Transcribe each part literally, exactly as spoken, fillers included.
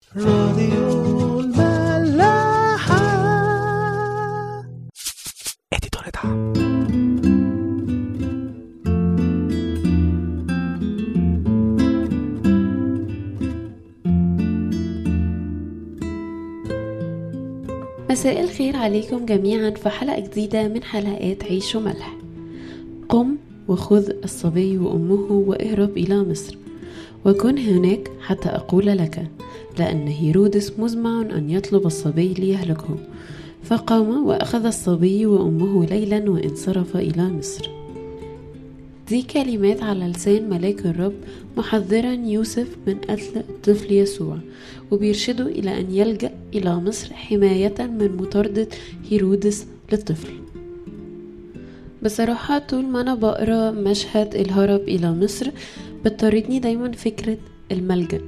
راديو الملاحة اديتور دعم. مساء الخير عليكم جميعا في حلقة جديدة من حلقات عيش وملح. قم وخذ الصبي وأمه واهرب إلى مصر وكن هناك حتى أقول لك، لأن هيرودس مزمع أن يطلب الصبي ليهلكه. فقام وأخذ الصبي وأمه ليلا وانصرف إلى مصر. دي كلمات على لسان ملاك الرب محذرا يوسف من قتل طفل يسوع، وبيرشده إلى أن يلجأ إلى مصر حماية من مطاردة هيرودس للطفل. بصراحة طول ما أنا بقرأ مشهد الهرب إلى مصر بتطاردني دايما فكرة الملجأ،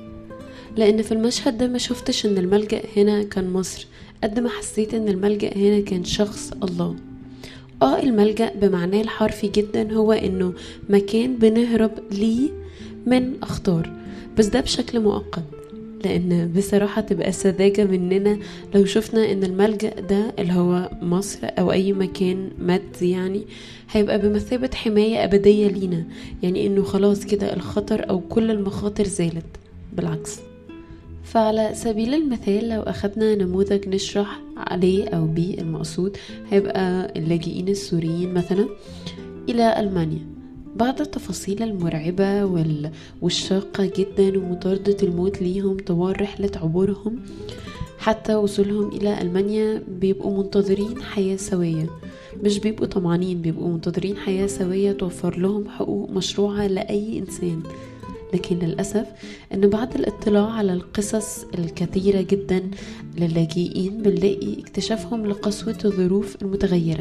لأن في المشهد ده ما شفتش أن الملجأ هنا كان مصر قد ما حسيت أن الملجأ هنا كان شخص الله. اه الملجأ بمعناه الحرفي جدا هو انه مكان بنهرب ليه من اخطار، بس ده بشكل مؤقت، لان بصراحة تبقى سذاجة مننا لو شفنا ان الملجأ ده اللي هو مصر او اي مكان مادي يعني هيبقى بمثابة حماية ابدية لينا، يعني انه خلاص كده الخطر او كل المخاطر زالت. بالعكس، فعلى سبيل المثال لو أخذنا نموذج نشرح عليه أو بيه المقصود هيبقى اللاجئين السوريين مثلا إلى ألمانيا. بعد التفاصيل المرعبة والشاقة جدا ومطاردة الموت ليهم طوال رحلة عبورهم حتى وصولهم إلى ألمانيا بيبقوا منتظرين حياة سوية، مش بيبقوا طمعانين، بيبقوا منتظرين حياة سوية توفر لهم حقوق مشروعة لأي إنسان. لكن للأسف أن بعد الاطلاع على القصص الكثيرة جدا للاجئين بنلاقي اكتشافهم لقسوة الظروف المتغيرة.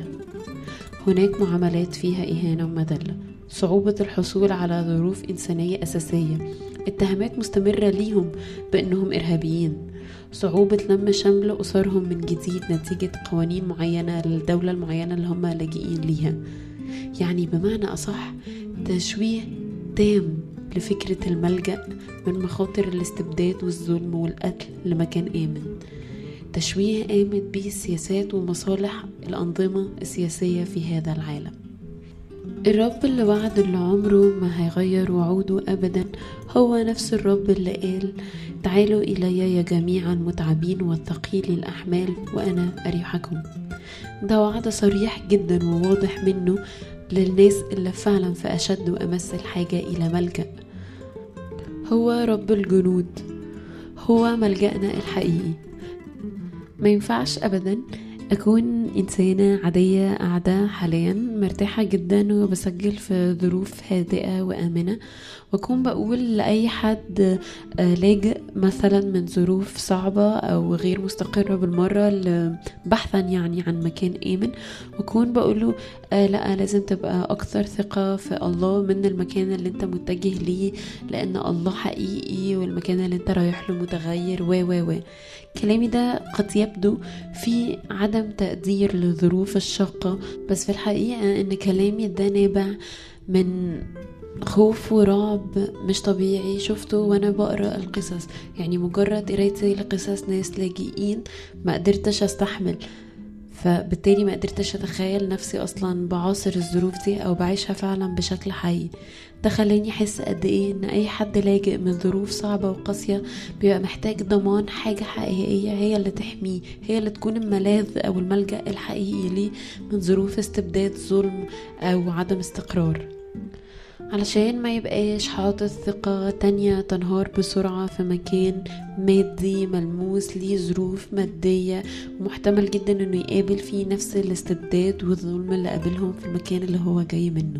هناك معاملات فيها إهانة ومذلة، صعوبة الحصول على ظروف إنسانية أساسية، اتهامات مستمرة ليهم بأنهم إرهابيين، صعوبة لم شمل أسرهم من جديد نتيجة قوانين معينة للدولة المعينة اللي هم لاجئين ليها. يعني بمعنى أصح تشويه تام لفكرة الملجأ من مخاطر الاستبداد والظلم والقتل لمكان آمن، تشويه آمن به السياسات ومصالح الأنظمة السياسية في هذا العالم. الرب اللي وعد اللي عمره ما هيغير وعوده أبدا هو نفس الرب اللي قال تعالوا إلي يا جميعا متعبين والثقيل الأحمال وأنا أريحكم. ده وعد صريح جدا وواضح منه للناس اللي فعلا في أشد وأمس الحاجة إلى ملجأ. هو رب الجنود، هو ملجأنا الحقيقي. ما ينفعش أبدا أكون إنسانة عادية قاعدة حاليا مرتاحة جدا وبسجل في ظروف هادئة وآمنة وأكون بقول لأي حد لاجئ مثلا من ظروف صعبة أو غير مستقرة بالمرة بحثا يعني عن مكان آمن، وأكون بقوله آه لا لازم تبقى أكثر ثقة في الله من المكان اللي انت متجه ليه، لأن الله حقيقي والمكان اللي انت رايح له متغير و و و كلامي ده قد يبدو في عدم تقدير للظروف الشاقة، بس في الحقيقة ان كلامي ده نابع من خوف ورعب مش طبيعي شفته وانا بقرأ القصص. يعني مجرد قرايتي لقصص ناس لاجئين ما قدرتش استحمل، فبالتالي ما قدرتش اتخيل نفسي اصلا بعاصر الظروف دي او بعيشها فعلا بشكل حقيقي. ده خلاني احس قد ايه ان اي حد لاجئ من ظروف صعبة وقاسية بيبقى محتاج ضمان حاجة حقيقية هي اللي تحميه، هي اللي تكون الملاذ او الملجأ الحقيقي ليه من ظروف استبداد، ظلم او عدم استقرار، علشان ما يبقاش حاطط ثقة تانية تنهار بسرعة في مكان مادي ملموس ليه ظروف مادية ومحتمل جدا انه يقابل فيه نفس الاستبداد والظلم اللي قابلهم في المكان اللي هو جاي منه.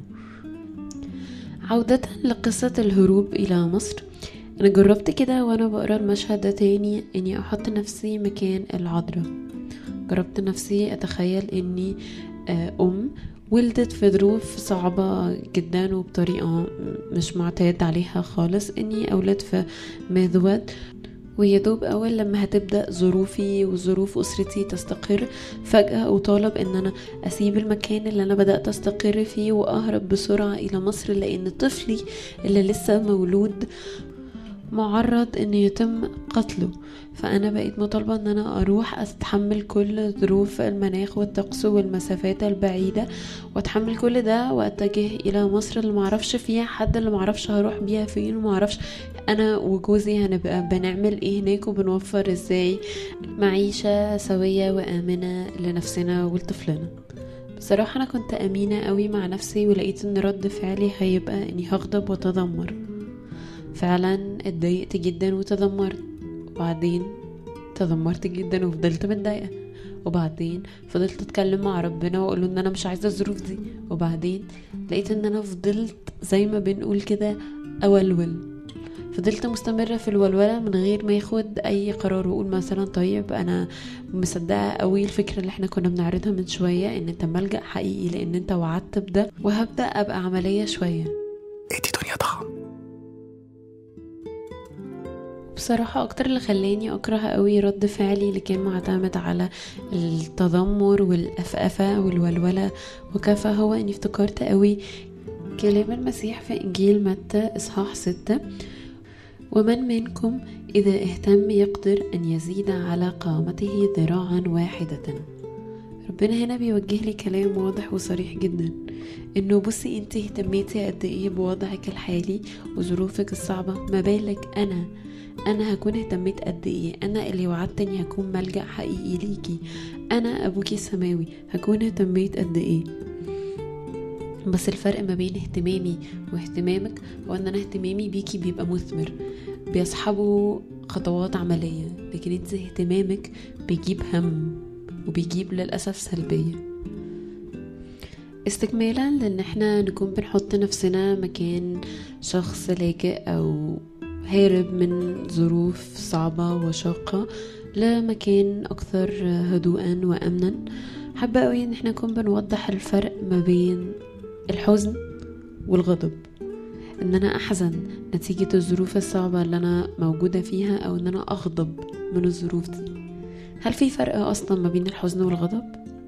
عودة لقصة الهروب إلى مصر، أنا جربت كده وأنا بقرأ المشهد ده تاني إني أحط نفسي مكان العذراء. جربت نفسي أتخيل إني أم ولدت في ظروف صعبة جدا وبطريقة مش معتاد عليها خالص، إني أولد في مذود ويدوب أول لما هتبدأ ظروفي وظروف أسرتي تستقر فجأة أطالب إن أنا أسيب المكان اللي أنا بدأت أستقر فيه وأهرب بسرعة إلى مصر، لأن طفلي اللي لسه مولود معرض ان يتم قتله، فانا بقيت مطالبة ان انا اروح استحمل كل ظروف المناخ والطقس والمسافات البعيدة، واتحمل كل ده واتجه الى مصر اللي معرفش فيها حد، اللي معرفش هروح بيها فين، ومعرفش انا وجوزي هنبقى بنعمل ايه هناك وبنوفر ازاي معيشة سوية وآمنة لنفسنا ولطفلنا. بصراحة انا كنت امينة قوي مع نفسي، ولقيت ان رد فعلي هيبقى اني هغضب وتذمر. فعلا اتضايقت جدا وتذمرت، وبعدين تذمرت جدا وفضلت متضايقة، وبعدين فضلت اتكلم مع ربنا واقول له ان انا مش عايزة الظروف دي، وبعدين لقيت ان انا فضلت زي ما بنقول كده اولول. فضلت مستمرة في الولولة من غير ما ياخد اي قرار، واقول مثلا طيب انا مصدقة قوي الفكرة اللي احنا كنا بنعرضها من شوية ان انت ملجأ حقيقي لان انت وعدت بده، وهبدأ ابقى عملية شوية. ادي دنيا ضخم. بصراحة اكتر اللي خلاني اكره قوي رد فعلي اللي كان معتمد على التذمر والأفأفة والولولة وكفى، هو اني افتكرت قوي كلام المسيح في انجيل متى اصحاح ستة: ومن منكم اذا اهتم يقدر ان يزيد على قامته ذراعا واحدة. ربنا هنا بيوجه لي كلام واضح وصريح جدا، انه بصي انت اهتميتي قد ايه بوضعك الحالي وظروفك الصعبة، ما بالك انا انا هكون اهتميت قد ايه؟ انا اللي وعدت اني هكون ملجأ حقيقي ليكي، انا ابوكي السماوي، هكون اهتميت قد ايه؟ بس الفرق ما بين اهتمامي واهتمامك هو ان انا اهتمامي بيكي بيبقى مثمر، بيصحبه خطوات عملية، لكن انت اهتمامك بيجيب هم وبيجيب للأسف سلبية. استكمالا لان احنا نكون بنحط نفسنا مكان شخص لاجئ او هارب من ظروف صعبة وشاقة لمكان اكثر هدوءا وامنا، حابة قوي ان احنا نكون بنوضح الفرق ما بين الحزن والغضب، ان انا احزن نتيجة الظروف الصعبة اللي انا موجودة فيها، او ان انا اغضب من الظروف دي. هل في فرق اصلا ما بين الحزن والغضب؟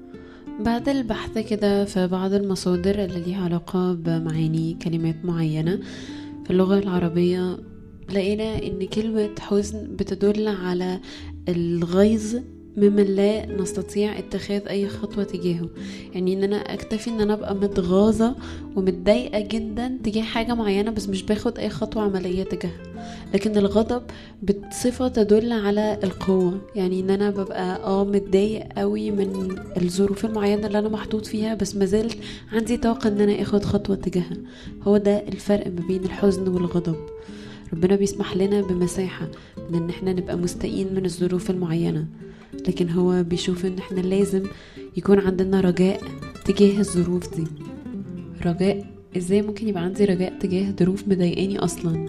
بعد البحث كده في بعض المصادر اللي ليها علاقة بمعاني كلمات معينة في اللغة العربية، لقينا ان كلمة حزن بتدل على الغيظ ممن لا نستطيع اتخاذ اي خطوة تجاهه، يعني ان انا اكتفي ان انا ابقى متغاظة ومتضايقة جدا تجاه حاجة معينة بس مش باخد اي خطوة عملية تجاهها. لكن الغضب بصفة تدل على القوة، يعني ان انا ببقى اه متضايق قوي من الظروف المعينة اللي انا محطوط فيها، بس مازلت عندي طاقة ان انا اخد خطوة تجاهها. هو ده الفرق ما بين الحزن والغضب. ربنا بيسمح لنا بمساحة من ان احنا نبقى مستائين من الظروف المعينة، لكن هو بيشوف ان احنا لازم يكون عندنا رجاء تجاه الظروف دي. رجاء ازاي ممكن يبقى عندي رجاء تجاه ظروف مضايقاني اصلا؟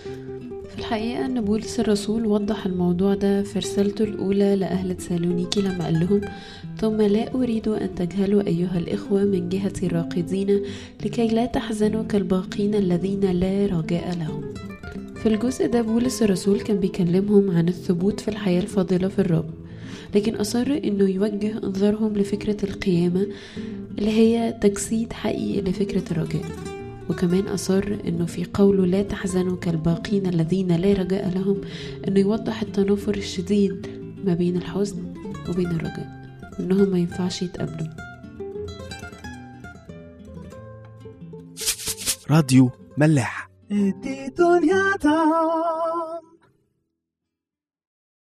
في الحقيقة ان بولس الرسول وضح الموضوع ده في رسالته الاولى لاهل تسالونيكي لما قال لهم: ثم لا اريد ان تجهلوا ايها الاخوة من جهة الراقدين لكي لا تحزنوا كالباقين الذين لا رجاء لهم. في الجزء ده بولس الرسول كان بيكلمهم عن الثبوت في الحياة الفاضلة في الرب، لكن أصر إنه يوجه أنظارهم لفكرة القيامة اللي هي تجسيد حقيقي لفكرة الرجاء. وكمان أصر إنه في قوله لا تحزنوا كالباقين الذين لا رجاء لهم إنه يوضح التنافر الشديد ما بين الحزن وبين الرجاء، إنهم ما ينفعش يتقابلوا. راديو ملاح. ادي دنيا ضخم.